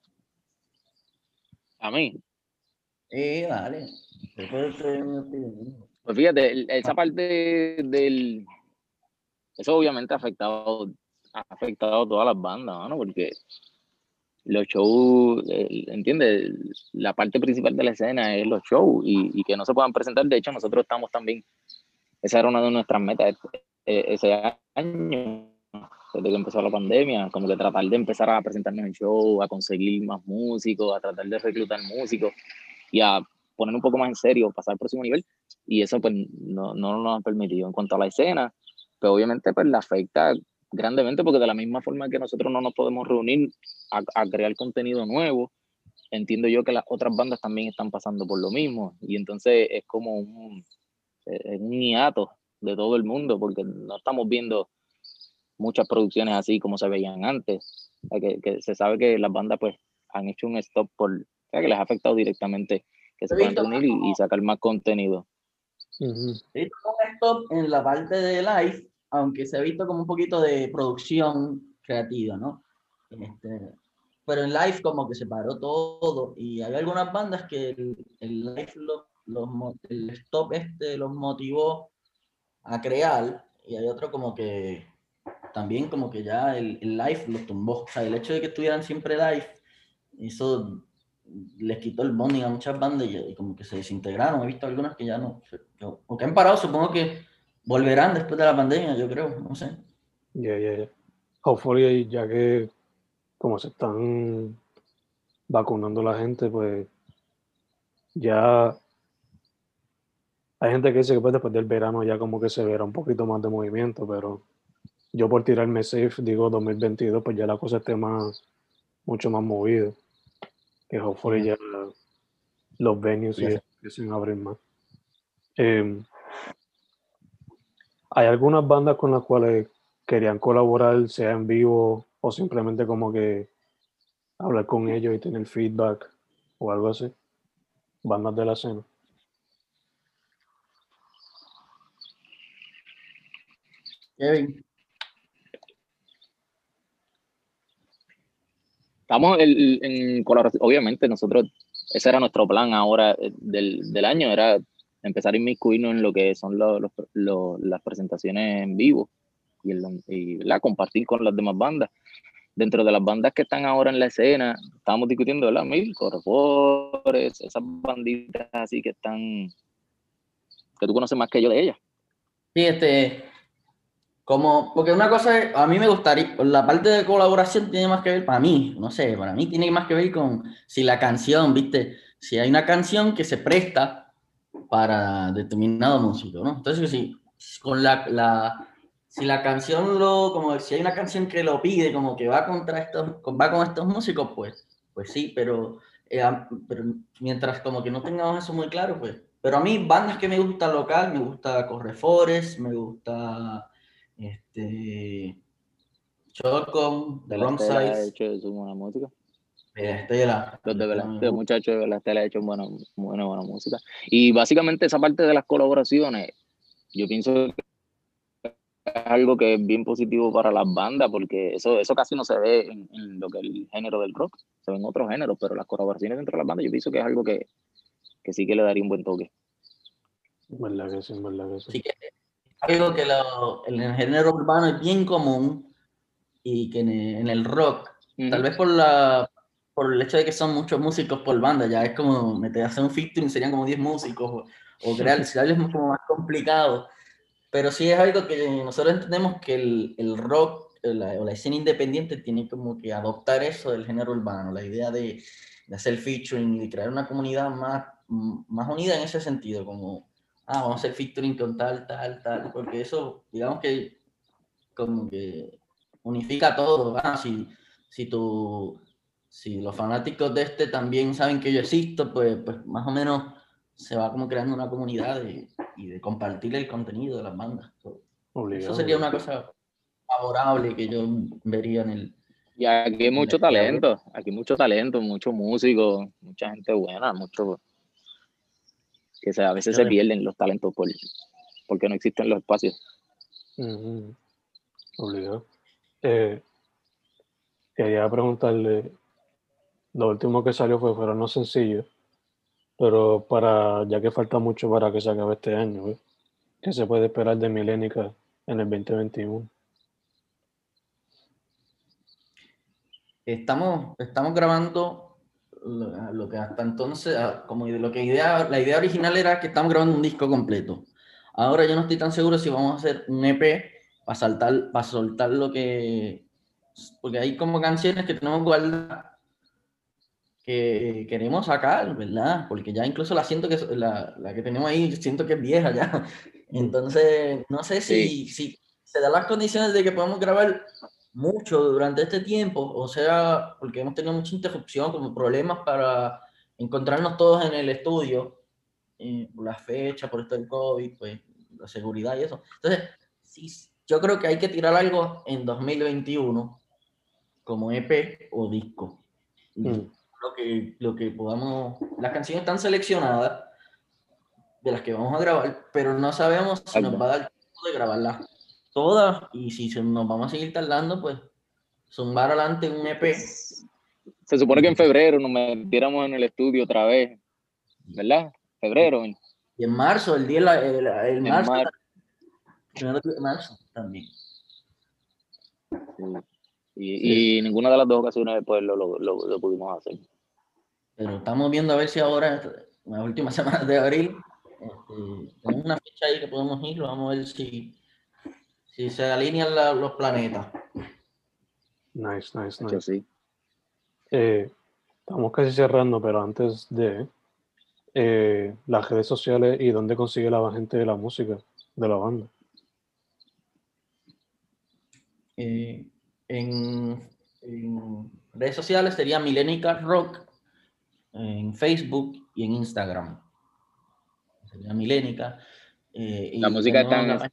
[SPEAKER 3] A mí.
[SPEAKER 2] Eh, dale. Después te- te-
[SPEAKER 3] Pues fíjate, el- esa parte del. Eso obviamente ha afectado, ha afectado a todas las bandas, ¿no? Porque los shows, eh, ¿entiendes? La parte principal de la escena es los shows y, y que no se puedan presentar. De hecho, nosotros estamos también, esa era una de nuestras metas eh, ese año, desde que empezó la pandemia, como que tratar de empezar a presentarnos en show, a conseguir más músicos, a tratar de reclutar músicos y a poner un poco más en serio, pasar al próximo nivel. Y eso pues no, no nos ha permitido. En cuanto a la escena, pues obviamente pues la afecta grandemente porque de la misma forma que nosotros no nos podemos reunir a, a crear contenido nuevo, entiendo yo que las otras bandas también están pasando por lo mismo y entonces es como un, es un hiato de todo el mundo porque no estamos viendo muchas producciones así como se veían antes. O sea, que, que se sabe que las bandas pues han hecho un stop por, o sea, que les ha afectado directamente que se
[SPEAKER 2] He
[SPEAKER 3] puedan
[SPEAKER 2] visto más
[SPEAKER 3] reunir y, y sacar más contenido.
[SPEAKER 1] Ujú.
[SPEAKER 2] he visto un stop en la parte de live, aunque se ha visto como un poquito de producción creativa, ¿no? Este, pero en live como que se paró todo y hay algunas bandas que el, el live, lo- los, mo- el stop este los motivó a crear y hay otro como que también como que ya el, el live los tumbó. O sea, el hecho de que estuvieran siempre live, eso les quitó el bonding a muchas bandas y, y como que se desintegraron. He visto algunas que ya no, o, o que han parado, supongo que volverán después de la pandemia, yo creo, no sé.
[SPEAKER 1] Yeah, yeah, yeah. Hopefully, ya que como se están vacunando la gente, pues ya hay gente que dice que pues, después del verano ya como que se verá un poquito más de movimiento, pero yo por tirarme safe digo dos mil veintidós, pues ya la cosa esté más, mucho más movida, que hopefully ya los venues y
[SPEAKER 2] Ya sé.
[SPEAKER 1] eso empiecen a abrir más. Eh, ¿Hay algunas bandas con las cuales querían colaborar, sea en vivo o simplemente como que hablar con ellos y tener feedback o algo así? Bandas de la escena.
[SPEAKER 2] Kevin,
[SPEAKER 3] Estamos en, en colaboración, obviamente nosotros, ese era nuestro plan ahora eh, del, del año, era empezar a inmiscuirnos en lo que son los, los- los- las presentaciones en vivo y, el, y la compartir con las demás bandas. Dentro de las bandas que están ahora en la escena, estábamos discutiendo, ¿verdad? Mil, Corredores, esas banditas así que están, que tú conoces más que yo de ellas.
[SPEAKER 2] sí, este, como, porque una cosa es, a mí me gustaría, la parte de colaboración tiene más que ver, para mí, no sé, para mí tiene más que ver con si la canción, viste, si hay una canción que se presta para determinado músico, ¿no? Entonces, si con la, la si la canción lo, como si hay una canción que lo pide, como que va contra estos, va con estos músicos, pues, pues sí, pero, eh, pero mientras como que no tengamos eso muy claro, pues, pero a mí bandas que me gusta local, me gusta Correfores, me gusta este Chocom, The
[SPEAKER 3] De la
[SPEAKER 2] Wrong
[SPEAKER 3] Estela ha
[SPEAKER 2] Size,
[SPEAKER 3] hecho su buena música.
[SPEAKER 2] eh, Estela,
[SPEAKER 3] Los de,
[SPEAKER 2] Estela
[SPEAKER 3] Vela-
[SPEAKER 2] me
[SPEAKER 3] los
[SPEAKER 2] gusta.
[SPEAKER 3] muchachos de la Estela han hecho buena, buena, buena música. Y básicamente esa parte de las colaboraciones, yo pienso que es algo que es bien positivo para las bandas, porque eso, eso casi no se ve en, en lo que es el género del rock, se ven otros géneros, pero las colaboraciones entre las bandas yo pienso que es algo que, que sí que le daría un buen toque.
[SPEAKER 1] ¿Verdad que sí? ¿Verdad que sí?
[SPEAKER 2] Así que algo que lo, en el género urbano es bien común y que en el, en el rock, tal
[SPEAKER 3] Ujú.
[SPEAKER 2] vez por la por el hecho de que son muchos músicos por banda, ya es como meter hacer un featuring serían como diez músicos o, o crear, si es como más complicado, pero sí es algo que nosotros entendemos que el, el rock la, o la escena independiente tiene como que adoptar eso del género urbano, la idea de, de hacer featuring y de crear una comunidad más, más unida en ese sentido, como, ah, vamos a hacer featuring con tal, tal, tal, porque eso, digamos que como que unifica todo. Ah, si, si, tu, si los fanáticos de este también saben que yo existo, pues, pues más o menos se va como creando una comunidad de, y de compartir el contenido de las bandas. Eso
[SPEAKER 1] Obligado,
[SPEAKER 2] sería una
[SPEAKER 1] obligado.
[SPEAKER 2] cosa favorable que yo vería en el,
[SPEAKER 3] Y aquí hay
[SPEAKER 2] en la
[SPEAKER 3] mucho
[SPEAKER 2] idea, porque
[SPEAKER 3] talento, aquí hay mucho talento, muchos músicos, mucha gente buena, mucho que se, a veces se
[SPEAKER 2] yo,
[SPEAKER 3] pierden los talentos por, porque no existen los espacios.
[SPEAKER 1] Ujú. Obligado. Eh, Quería preguntarle, lo último que salió fue fueron los sencillos, pero para, ya que falta mucho para que se acabe este año, ¿eh? ¿Qué se puede esperar de Milénica en el dos mil veintiuno?
[SPEAKER 2] estamos, estamos grabando lo, lo que hasta entonces, ah, como lo que idea, la idea original era que estamos grabando un disco completo. Ahora yo no estoy tan seguro si vamos a hacer un E P para saltar, para soltar lo que, porque hay como canciones que tenemos guardadas que queremos sacar, ¿verdad? Porque ya incluso la siento que es- la, la que tenemos ahí, siento que es vieja ya. Entonces, no sé
[SPEAKER 3] Sí,
[SPEAKER 2] si, si se dan las condiciones de que podemos grabar mucho durante este tiempo, o sea, porque hemos tenido mucha interrupción, como problemas para encontrarnos todos en el estudio, eh, por la fecha, por esto del COVID, pues la seguridad y eso. Entonces, sí, yo creo que hay que tirar algo en dos mil veintiuno como E P o disco. Y
[SPEAKER 1] Mm.
[SPEAKER 2] lo que, lo que podamos, las canciones están seleccionadas de las que vamos a grabar, pero no sabemos si nos
[SPEAKER 3] Exacto.
[SPEAKER 2] va a dar tiempo de grabarlas todas y si se- nos vamos a seguir tardando, pues zumbar adelante un E P.
[SPEAKER 3] Se supone que en febrero nos metiéramos en el estudio otra vez, ¿verdad? Febrero, en,
[SPEAKER 2] Y en marzo, el día, el, el, el
[SPEAKER 3] en
[SPEAKER 2] marzo,
[SPEAKER 3] mar.
[SPEAKER 2] primero de marzo también.
[SPEAKER 3] Sí. Y,
[SPEAKER 1] Sí.
[SPEAKER 3] y ninguna de las dos ocasiones pues lo, lo, lo, lo pudimos hacer.
[SPEAKER 2] Pero estamos viendo a ver si ahora, en las últimas semanas de abril, este, tenemos una fecha ahí que podemos ir, vamos a ver si, si se alinean la- los planetas.
[SPEAKER 1] Nice, nice,
[SPEAKER 3] Yo
[SPEAKER 1] nice.
[SPEAKER 3] sí.
[SPEAKER 1] Eh, estamos casi cerrando, pero antes de eh, las redes sociales y dónde consigue la gente de la música de la banda.
[SPEAKER 2] Eh, en, en redes sociales sería Milenica Rock, en Facebook y en Instagram. Sería Milénica. Eh,
[SPEAKER 3] La
[SPEAKER 2] y
[SPEAKER 3] música está
[SPEAKER 2] tenemos la,
[SPEAKER 3] en...
[SPEAKER 2] página-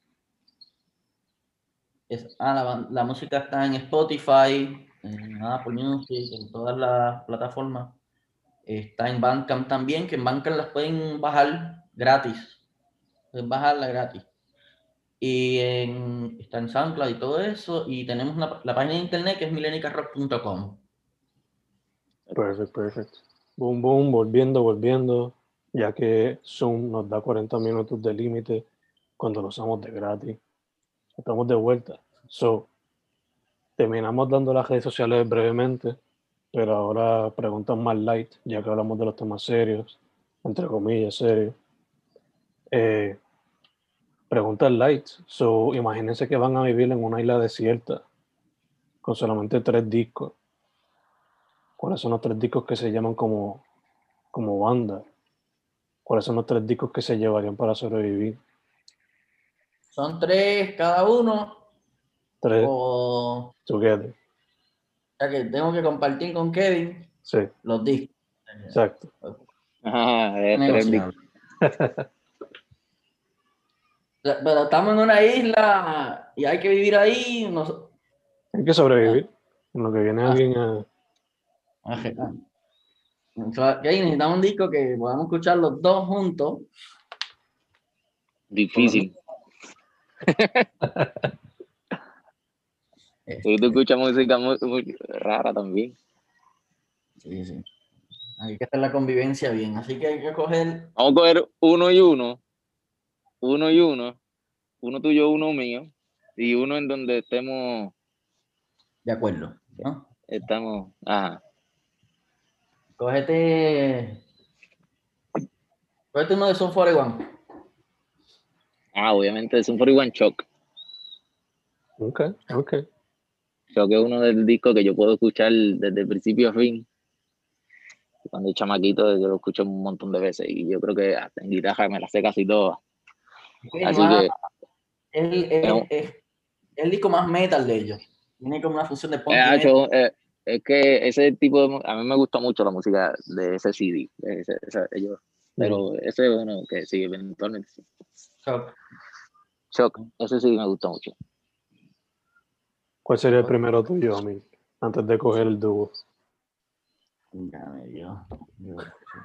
[SPEAKER 2] es, ah, la, ban- la música está en Spotify, en Apple Music, en todas las plataformas. Está en Bandcamp también, que en Bandcamp las pueden bajar gratis. Pueden bajarla gratis. Y en, está en SoundCloud y todo eso. Y tenemos una- la página de internet que es milenicarock punto com.
[SPEAKER 1] Perfecto, perfecto. Boom, boom, volviendo, volviendo, ya que Zoom nos da cuarenta minutos de límite cuando lo usamos de gratis. Estamos de vuelta. So, terminamos dando las redes sociales brevemente, pero ahora preguntas más light, ya que hablamos de los temas serios, entre comillas, serios. Eh, preguntas light. So, imagínense que van a vivir en una isla desierta con solamente tres discos. ¿Cuáles son los tres discos que se llaman como, como banda? ¿Cuáles son los tres discos que se llevarían para sobrevivir?
[SPEAKER 2] Son tres cada uno.
[SPEAKER 1] Tres
[SPEAKER 2] O
[SPEAKER 1] together.
[SPEAKER 2] sea que tengo que compartir con Kevin
[SPEAKER 1] Sí,
[SPEAKER 2] los discos.
[SPEAKER 1] exacto.
[SPEAKER 3] Ajá, es tres
[SPEAKER 2] Negociable. Pero estamos en una isla y hay que vivir ahí. Nos...
[SPEAKER 1] Hay que sobrevivir. En lo que viene
[SPEAKER 2] Ah,
[SPEAKER 1] alguien a...
[SPEAKER 2] ah, ah. Entonces, ahí necesitamos un disco que podamos escuchar los dos juntos.
[SPEAKER 3] difícil.
[SPEAKER 2] Este,
[SPEAKER 3] Y tú escuchas música muy, muy rara también.
[SPEAKER 2] sí, sí. Hay que hacer la convivencia bien. Así que hay que coger.
[SPEAKER 3] Vamos a coger uno y uno, uno y uno, uno tuyo, uno mío, y uno en donde estemos,
[SPEAKER 2] De acuerdo, ¿no?
[SPEAKER 3] estamos, ajá.
[SPEAKER 2] Cógete. Cógete uno de Son cuarenta y uno.
[SPEAKER 3] Ah, obviamente es un cuarenta y uno Shock.
[SPEAKER 1] Ok, ok.
[SPEAKER 3] Shock es uno del disco que yo puedo escuchar desde principio a fin. Cuando el chamaquito yo lo escucho un montón de veces y yo creo que hasta en guitarra me la sé casi toda. Así que
[SPEAKER 2] Es,
[SPEAKER 3] es,
[SPEAKER 2] es,
[SPEAKER 3] un-
[SPEAKER 2] es el disco más metal de ellos. Tiene como una fusión de punk y
[SPEAKER 3] es
[SPEAKER 2] metal.
[SPEAKER 3] hecho, eh, es que ese tipo de, mu- a mí me gusta mucho la música de ese C D, de ese- ese- ellos, pero ese es uno que sí, eventualmente sí.
[SPEAKER 2] Shock.
[SPEAKER 3] Shock, ese sí me gusta mucho.
[SPEAKER 1] ¿Cuál sería el primero tuyo, Amil? Antes de coger el dúo.
[SPEAKER 2] Dame, Dios. Dios.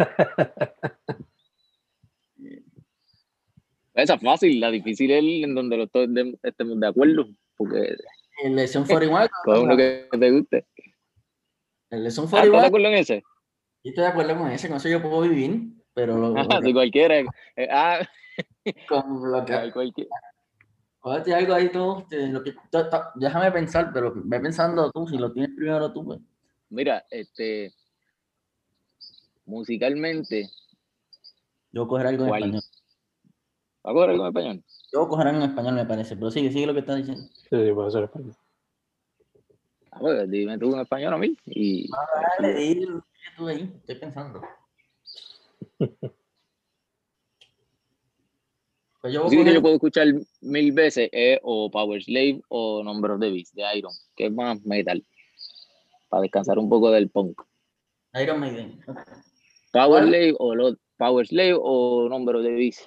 [SPEAKER 3] Esa es fácil, la difícil es en donde los dos de- estemos de acuerdo, porque
[SPEAKER 2] El de Son cuarenta y uno.
[SPEAKER 3] con uno que te guste.
[SPEAKER 2] El de Son
[SPEAKER 3] Ah, ¿estás de
[SPEAKER 2] cuarenta y uno.
[SPEAKER 3] acuerdo en ese?
[SPEAKER 2] Yo estoy de acuerdo con ese. Con eso yo puedo vivir. Pero lo, lo que,
[SPEAKER 3] De cualquiera. Eh, ah,
[SPEAKER 2] con lo que
[SPEAKER 3] ah, cualquier.
[SPEAKER 2] Cógete algo ahí tú, este, lo que, ta- ta- déjame pensar, pero ve pensando tú, si lo tienes primero tú, pues.
[SPEAKER 3] Mira, este, musicalmente,
[SPEAKER 2] Yo voy a coger algo en
[SPEAKER 3] ¿cuál?
[SPEAKER 2] español.
[SPEAKER 3] ¿Va a coger algo en español?
[SPEAKER 2] Yo voy a coger algo en español, me parece, pero sigue, sigue lo que estás diciendo.
[SPEAKER 1] Sí, sí, puede ser español.
[SPEAKER 3] Ah, pues dime tú en español a mí. Y
[SPEAKER 2] Dale, di lo que tú ahí, estoy pensando. Pues yo voy a
[SPEAKER 3] música que yo
[SPEAKER 2] coger
[SPEAKER 3] puedo escuchar mil veces es o Power Slave o Number of the Beast de Iron, que es más metal, para descansar un poco del punk.
[SPEAKER 2] Iron Maiden.
[SPEAKER 3] Power
[SPEAKER 2] ¿Cuál?
[SPEAKER 3] Slave o lo- Power Slave o Number of the Beast.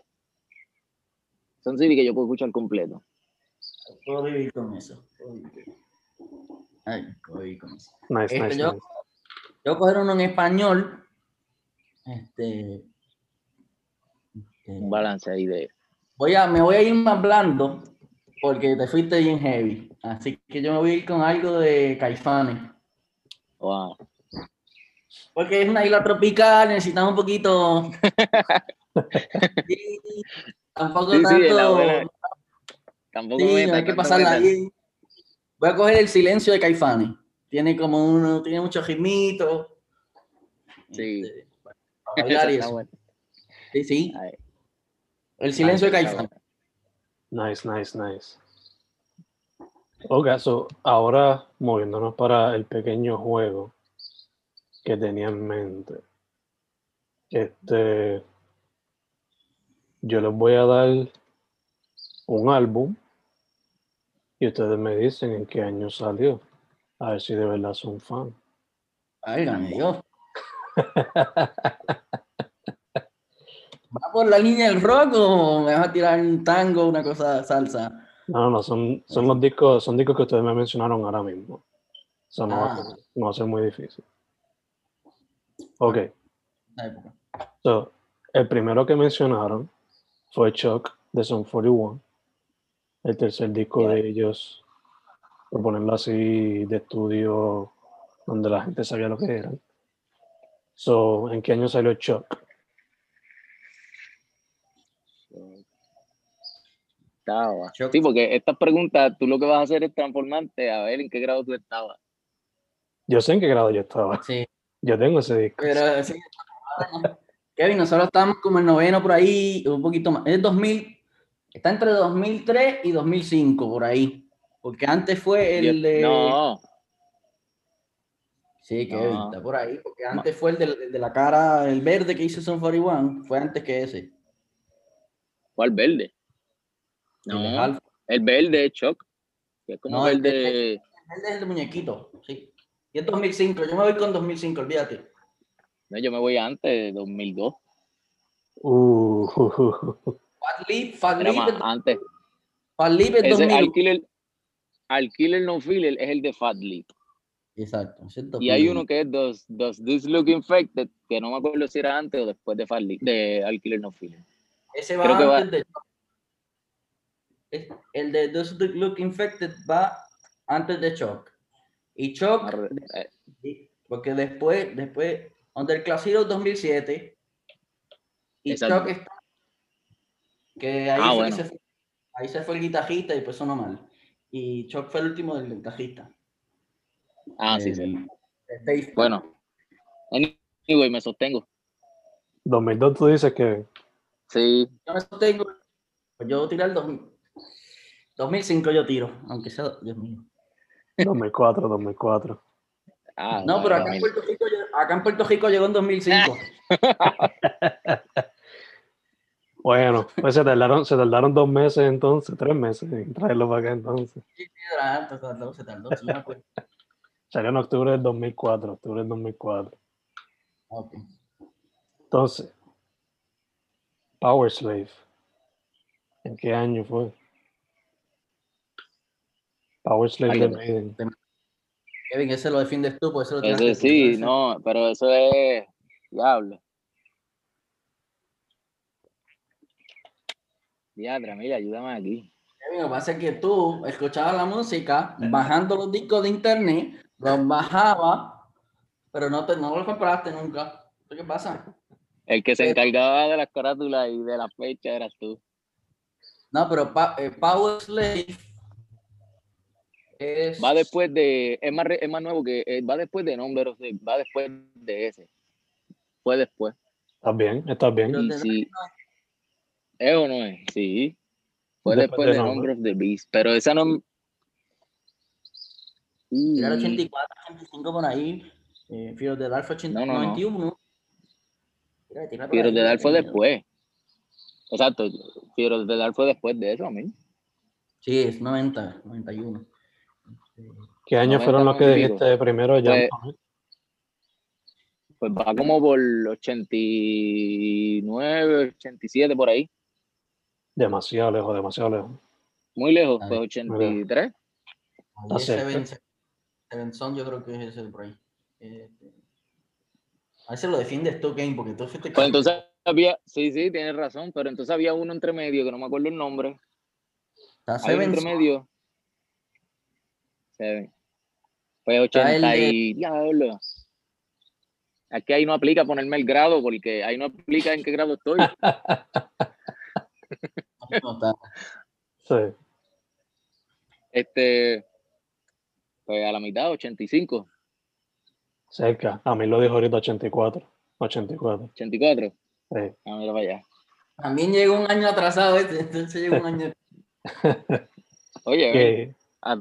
[SPEAKER 3] Son C D que yo puedo escuchar completo.
[SPEAKER 2] Puedo vivir con eso. Puedo vivir. Ay, voy con eso.
[SPEAKER 1] Nice,
[SPEAKER 2] Este,
[SPEAKER 1] nice,
[SPEAKER 2] yo,
[SPEAKER 1] nice.
[SPEAKER 2] yo voy a coger uno en español. Este, este,
[SPEAKER 3] Un balance ahí de...
[SPEAKER 2] voy a, me voy a ir más blando porque te fuiste bien heavy. Así que yo me voy a ir con algo de Caifanes.
[SPEAKER 3] Wow.
[SPEAKER 2] Porque es una isla tropical, necesitamos un poquito. Sí, tampoco
[SPEAKER 3] Sí, sí, la
[SPEAKER 2] tanto.
[SPEAKER 3] buena. Tampoco
[SPEAKER 2] Sí, no
[SPEAKER 3] meta,
[SPEAKER 2] hay que
[SPEAKER 3] tanto
[SPEAKER 2] pasarla
[SPEAKER 3] metal.
[SPEAKER 2] bien. Voy a coger el silencio de Caifanes. Tiene como uno, tiene muchos ritmitos.
[SPEAKER 3] Sí,
[SPEAKER 2] Este, para
[SPEAKER 3] esa
[SPEAKER 2] bailar y
[SPEAKER 3] está
[SPEAKER 2] eso.
[SPEAKER 3] buena.
[SPEAKER 2] Sí, sí.
[SPEAKER 3] Ay,
[SPEAKER 2] El
[SPEAKER 1] Nice,
[SPEAKER 2] silencio de
[SPEAKER 3] esa está
[SPEAKER 2] Caifanes.
[SPEAKER 3] buena.
[SPEAKER 1] nice, nice, nice. Ok, so ahora moviéndonos para el pequeño juego que tenía en mente. Este, yo les voy a dar un álbum y ustedes me dicen en qué año salió. A ver si de verdad son fan.
[SPEAKER 2] Válgame Dios. ¿Va por la línea del rock o me vas a tirar un tango, una cosa salsa?
[SPEAKER 1] No, no, no, son, son los discos, son discos que ustedes me mencionaron ahora mismo. Eso no va a
[SPEAKER 2] Ah,
[SPEAKER 1] ser, no va a ser muy difícil. Ok,
[SPEAKER 2] esa época.
[SPEAKER 1] so, el primero que mencionaron fue Chuck de Sum cuarenta y uno, el tercer disco
[SPEAKER 2] Yeah.
[SPEAKER 1] de ellos, por ponerlo así, de estudio donde la gente sabía lo que eran. So, ¿en qué año salió Chuck?
[SPEAKER 3] Estaba.
[SPEAKER 2] Shock.
[SPEAKER 3] Sí, porque estas preguntas, tú lo que vas a hacer es transformarte a ver en qué grado tú estabas.
[SPEAKER 1] Yo sé en qué grado yo estaba.
[SPEAKER 2] Sí,
[SPEAKER 1] Yo tengo ese disco.
[SPEAKER 2] pero sí. Kevin, nosotros estábamos como en noveno por ahí, un poquito más. Es dos mil, está entre dos mil tres y dos mil cinco por ahí. Porque antes fue
[SPEAKER 3] Yo,
[SPEAKER 2] el de.
[SPEAKER 3] no,
[SPEAKER 2] Sí, Kevin,
[SPEAKER 3] no.
[SPEAKER 2] está por ahí. Porque
[SPEAKER 3] Ma-
[SPEAKER 2] antes fue el de, el de la cara, el verde que hizo Son cuarenta y uno. Fue antes que ese.
[SPEAKER 3] ¿Cuál verde?
[SPEAKER 2] El de
[SPEAKER 3] No,
[SPEAKER 2] Half.
[SPEAKER 3] el verde es Chuck, que es como
[SPEAKER 2] No, el verde,
[SPEAKER 3] verde.
[SPEAKER 2] el verde es el de muñequito. Sí. Y es dos mil cinco. Yo me voy con dos mil cinco, olvídate.
[SPEAKER 3] No, yo me voy antes, dos mil dos.
[SPEAKER 1] Uh,
[SPEAKER 2] Fat Lip, Fat
[SPEAKER 3] Era
[SPEAKER 2] Lip,
[SPEAKER 3] más
[SPEAKER 2] es-
[SPEAKER 3] antes.
[SPEAKER 2] Fat Lip es
[SPEAKER 3] Ese
[SPEAKER 2] dos mil uno.
[SPEAKER 3] Alkiller, Alkiller No Filler es el de Fat Lip.
[SPEAKER 2] Exacto, ese es
[SPEAKER 3] Y hay
[SPEAKER 2] dos mil uno.
[SPEAKER 3] uno que es Does, Does This Look Infected, que no me acuerdo si era antes o después de Fat Lip, de Alkiller No Filler.
[SPEAKER 2] Ese
[SPEAKER 3] Creo
[SPEAKER 2] va
[SPEAKER 3] que va.
[SPEAKER 2] antes de. El de Does It Look Infected va antes de Shock. Y Shock,
[SPEAKER 3] eh,
[SPEAKER 2] porque después, después, Underclass Heroes dos mil siete y
[SPEAKER 3] Exacto.
[SPEAKER 2] Shock está, que ahí
[SPEAKER 3] Ah,
[SPEAKER 2] fue que
[SPEAKER 3] bueno.
[SPEAKER 2] se fue, ahí se fue el guitarrista y pues sonó mal. Y Shock fue el último del guitarrista.
[SPEAKER 3] Ah, sí, sí.
[SPEAKER 2] El, el Dave.
[SPEAKER 3] Bueno, anyway, me sostengo.
[SPEAKER 1] dos mil dos tú dices que
[SPEAKER 3] Sí,
[SPEAKER 2] Yo me sostengo, pues yo tiré el dos mil dos mil cinco yo tiro, aunque sea, Dios mío.
[SPEAKER 1] dos mil cuatro, dos mil cuatro.
[SPEAKER 3] ah,
[SPEAKER 2] No, pero acá
[SPEAKER 3] bueno,
[SPEAKER 2] en Puerto Rico, acá en Puerto Rico llegó en dos mil cinco.
[SPEAKER 1] Bueno, pues se tardaron, se tardaron dos meses entonces, tres meses en traerlo para acá entonces.
[SPEAKER 2] Sí, sí, tardó, se tardó, se tardó, sí me acuerdo.
[SPEAKER 1] Salió en octubre del dos mil cuatro, octubre del dos mil cuatro.
[SPEAKER 2] Ok.
[SPEAKER 1] Entonces, Power Slave. ¿En qué año fue? Power Slave de
[SPEAKER 3] Válgame.
[SPEAKER 1] Maiden.
[SPEAKER 2] Kevin, ese lo defiendes tú, pues eso lo
[SPEAKER 3] Ese
[SPEAKER 2] tiraste tú.
[SPEAKER 3] sí,
[SPEAKER 2] Ese-
[SPEAKER 3] no, pero eso es diablo. Diadra, mira, ayúdame aquí.
[SPEAKER 2] Kevin, lo que pasa es que tú escuchabas la música bajando los discos de internet, los bajabas, pero no, te, no los compraste nunca. ¿Qué pasa?
[SPEAKER 3] El que se
[SPEAKER 2] Pero-
[SPEAKER 3] encargaba de las carátulas y de la fecha eras tú.
[SPEAKER 2] no, pero pa- eh, Power Slave es.
[SPEAKER 3] Va después de, es más, re- es más nuevo que, eh, va después de Number of the- va después de ese. Fue después.
[SPEAKER 1] ¿Estás bien? ¿Estás bien?
[SPEAKER 2] Pero
[SPEAKER 3] Y
[SPEAKER 2] te-
[SPEAKER 3] si, ¿es o no es? Sí. Fue
[SPEAKER 1] Después
[SPEAKER 3] después
[SPEAKER 1] de
[SPEAKER 3] de
[SPEAKER 1] nombre.
[SPEAKER 3] Number of the Beast. Pero esa no.
[SPEAKER 2] Era el ochenta
[SPEAKER 3] Y,
[SPEAKER 2] y cuatro, ochenta y cinco por ahí. Eh, Fear of the Dark fue ochenta,
[SPEAKER 3] no, no,
[SPEAKER 2] noventa y
[SPEAKER 3] no.
[SPEAKER 2] uno. Tira, tira por
[SPEAKER 3] Fear of
[SPEAKER 2] ahí,
[SPEAKER 3] the Dark
[SPEAKER 2] date
[SPEAKER 3] fue
[SPEAKER 2] miedo.
[SPEAKER 3] después. Exacto. Fear of the Dark fue después de eso, a mí.
[SPEAKER 2] Sí, es noventa, noventa y uno.
[SPEAKER 1] ¿Qué años
[SPEAKER 3] noventa,
[SPEAKER 1] fueron los que
[SPEAKER 3] noventa y pico.
[SPEAKER 1] dijiste primero? Ya,
[SPEAKER 3] Pues, pues va como por ochenta y nueve, ochenta y siete por ahí.
[SPEAKER 1] demasiado lejos, demasiado lejos.
[SPEAKER 3] Muy lejos,
[SPEAKER 2] A
[SPEAKER 3] pues
[SPEAKER 2] ver,
[SPEAKER 3] ochenta y tres.
[SPEAKER 1] Está
[SPEAKER 2] ahí se
[SPEAKER 1] cerca.
[SPEAKER 2] vence. Seven Son, yo creo que es ese de por ahí. Este, a veces lo defiendes tú, Kane, porque tú fuiste
[SPEAKER 3] Pues entonces había, sí, sí, tienes razón, pero entonces había uno entre medio, que no me acuerdo el nombre.
[SPEAKER 2] Está
[SPEAKER 3] Hay uno
[SPEAKER 2] Seven
[SPEAKER 3] entre
[SPEAKER 2] Son,
[SPEAKER 3] medio. Seven. Pues
[SPEAKER 2] está el
[SPEAKER 3] ochenta
[SPEAKER 2] de...
[SPEAKER 3] y... Diablo. Es que ahí no aplica ponerme el grado, porque ahí no aplica en qué grado estoy.
[SPEAKER 2] no, está-
[SPEAKER 1] Sí,
[SPEAKER 3] Este, pues a la mitad, ochenta y cinco,
[SPEAKER 1] cerca. A mí lo dijo ahorita ochenta y cuatro. ochenta y cuatro.
[SPEAKER 3] ochenta y cuatro.
[SPEAKER 1] Sí.
[SPEAKER 3] Ah, mira para allá.
[SPEAKER 2] También llegó un año atrasado este, entonces llegó un año...
[SPEAKER 3] Oye, ven,
[SPEAKER 1] Y,
[SPEAKER 3] a-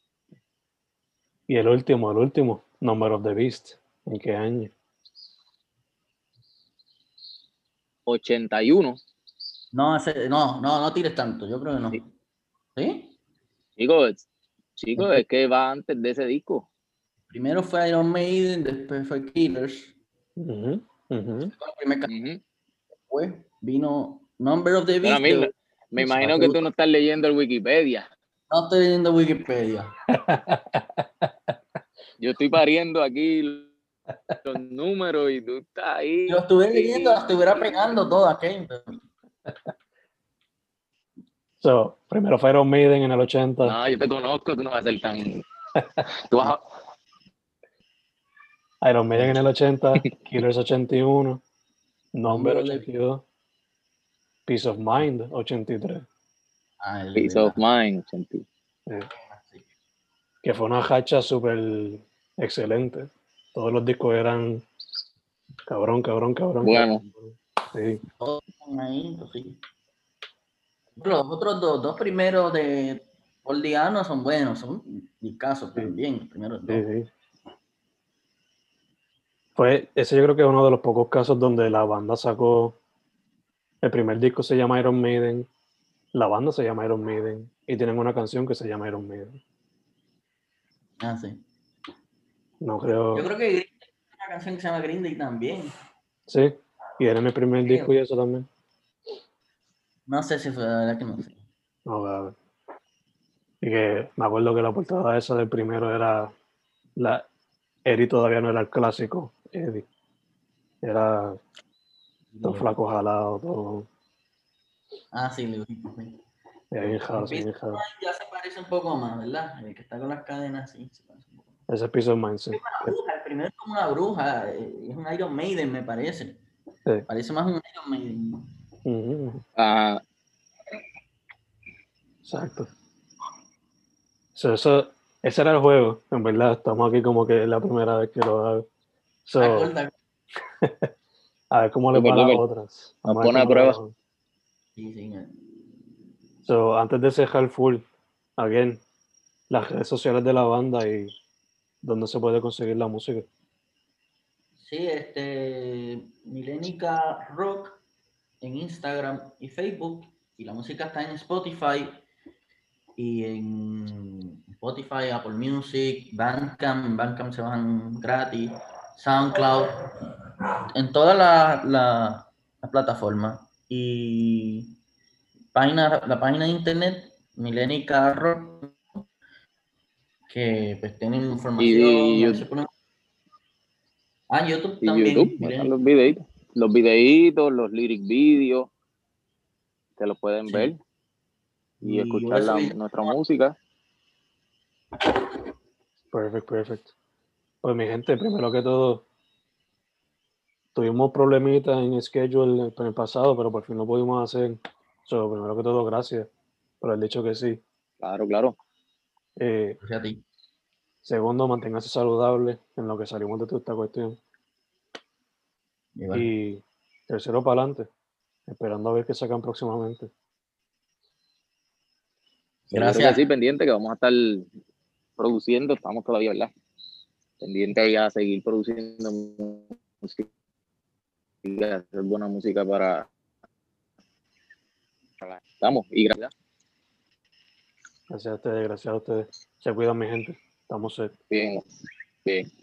[SPEAKER 1] y el último, el último, Number of the Beast. ¿En qué año?
[SPEAKER 3] ochenta y uno.
[SPEAKER 2] No, hace- no, no, no tires tanto, yo creo que
[SPEAKER 3] Sí.
[SPEAKER 2] no. ¿Sí?
[SPEAKER 3] Chicos, chicos,
[SPEAKER 2] Este,
[SPEAKER 3] es que va antes de ese disco.
[SPEAKER 2] primero fue Iron Maiden, después fue Killers.
[SPEAKER 1] Ujú, ujú.
[SPEAKER 2] Fue la primera canción,
[SPEAKER 3] Ujú.
[SPEAKER 2] después vino Number of the
[SPEAKER 3] Bueno, a
[SPEAKER 2] Beast.
[SPEAKER 3] mí,
[SPEAKER 2] De...
[SPEAKER 3] no- me
[SPEAKER 2] la
[SPEAKER 3] imagino que tú
[SPEAKER 2] segunda-
[SPEAKER 3] no estás leyendo el Wikipedia.
[SPEAKER 2] No estoy leyendo Wikipedia.
[SPEAKER 3] Yo estoy pariendo aquí los números y tú estás
[SPEAKER 2] Yo
[SPEAKER 3] ahí.
[SPEAKER 2] estuve leyendo, la estuviera pegando todas, Kane, pero...
[SPEAKER 1] So, primero fue Iron Maiden en el ochenta.
[SPEAKER 3] No, yo te conozco, tú no vas a ser tan... Tú vas a...
[SPEAKER 1] Iron Maiden en el ochenta. Killers ochenta y uno. Number
[SPEAKER 2] Number of the...
[SPEAKER 1] ochenta y dos. Peace of Mind ochenta y tres.
[SPEAKER 2] Ah, el
[SPEAKER 3] Peace
[SPEAKER 2] de
[SPEAKER 3] of
[SPEAKER 2] la...
[SPEAKER 3] Mind, sentí.
[SPEAKER 1] Eh,
[SPEAKER 2] sí.
[SPEAKER 1] que fue una hacha súper excelente. Todos los discos eran cabrón, cabrón, cabrón,
[SPEAKER 3] Bueno,
[SPEAKER 1] cabrón. Sí,
[SPEAKER 2] Todos están ahí, pues sí. Los otros dos, dos primeros de Oldiano son buenos, son discasos
[SPEAKER 1] sí,
[SPEAKER 2] también, los primeros
[SPEAKER 1] sí,
[SPEAKER 2] dos.
[SPEAKER 1] sí. Fue, ese yo creo que es uno de los pocos casos donde la banda sacó, el primer disco se llama Iron Maiden, la banda se llama Iron Maiden y tienen una canción que se llama Iron Maiden.
[SPEAKER 2] Ah, sí.
[SPEAKER 1] No
[SPEAKER 2] Yo
[SPEAKER 1] creo,
[SPEAKER 2] creo que Green Day tiene una canción que se llama Green Day también.
[SPEAKER 1] sí, y era mi primer
[SPEAKER 2] Creo.
[SPEAKER 1] disco y eso también.
[SPEAKER 2] No sé si fue, la verdad que no sé.
[SPEAKER 1] No, a ver. Y que me acuerdo que la portada esa del primero era, la, Eddie todavía no era el clásico Eddie, era todo flaco jalado, todo
[SPEAKER 2] Ah, sí, le dije. Sí.
[SPEAKER 1] bien jalo,
[SPEAKER 2] Peace
[SPEAKER 1] bien
[SPEAKER 2] of
[SPEAKER 1] jalo.
[SPEAKER 2] Mind ya se parece un poco más, ¿verdad? El que está con las cadenas, sí, se parece un poco más.
[SPEAKER 1] Ese Peace of Mind, sí.
[SPEAKER 2] Una bruja, el primero es como una bruja, eh, es un Iron Maiden, me parece.
[SPEAKER 1] Sí.
[SPEAKER 2] Parece más un Iron Maiden.
[SPEAKER 1] Ujú,
[SPEAKER 3] ah,
[SPEAKER 1] exacto. So, eso, ese era el juego, en verdad. Estamos aquí como que es la primera vez que lo hago.
[SPEAKER 2] ¿Te
[SPEAKER 1] So,
[SPEAKER 2] acuerdas?
[SPEAKER 1] a ver cómo les
[SPEAKER 3] súper,
[SPEAKER 1] va a las
[SPEAKER 3] súper.
[SPEAKER 1] otras.
[SPEAKER 3] Nos
[SPEAKER 1] Vamos a ver
[SPEAKER 3] pone a
[SPEAKER 1] cómo les
[SPEAKER 3] prueba.
[SPEAKER 1] va.
[SPEAKER 2] Sí, sí. me-
[SPEAKER 1] So, antes de cerrar full, again, las redes sociales de la banda y dónde se puede conseguir la música.
[SPEAKER 2] Sí, este, Milénica Rock en Instagram y Facebook. Y la música está en Spotify y en Spotify, Apple Music, Bandcamp. En Bandcamp se van gratis. SoundCloud. En todas las la, la plataformas. Y página, la página de internet, Milénica Rock, que pues tienen información.
[SPEAKER 3] Y,
[SPEAKER 2] Y a
[SPEAKER 3] y,
[SPEAKER 2] veces ponen... Ah, YouTube
[SPEAKER 3] y YouTube,
[SPEAKER 2] también,
[SPEAKER 3] están
[SPEAKER 2] Milénica.
[SPEAKER 3] los videitos. Los videitos, los lyric videos, que los pueden
[SPEAKER 2] Sí.
[SPEAKER 3] ver y
[SPEAKER 2] Y voy
[SPEAKER 3] escuchar
[SPEAKER 2] a
[SPEAKER 3] la,
[SPEAKER 2] subir...
[SPEAKER 3] nuestra música.
[SPEAKER 1] Perfect, perfect. Pues mi gente, primero que todo, tuvimos problemitas en el schedule en el pasado, pero por fin lo pudimos hacer. So, primero que todo, gracias por haber dicho que sí.
[SPEAKER 3] Claro, claro.
[SPEAKER 1] Eh,
[SPEAKER 2] Gracias a ti.
[SPEAKER 1] Segundo, manténgase saludable en lo que salimos de toda esta cuestión.
[SPEAKER 2] Igual.
[SPEAKER 1] Y tercero, para adelante, esperando a ver qué sacan próximamente.
[SPEAKER 3] Seguro que sí,
[SPEAKER 2] Gracias.
[SPEAKER 3] pendiente, que vamos a estar produciendo. Estamos todavía, ¿verdad? Pendiente ahí a seguir produciendo música, hacer buena música para... Estamos, y gracias.
[SPEAKER 1] Gracias a ustedes, gracias a ustedes. Se cuidan, mi gente. Estamos set.
[SPEAKER 3] Bien, bien.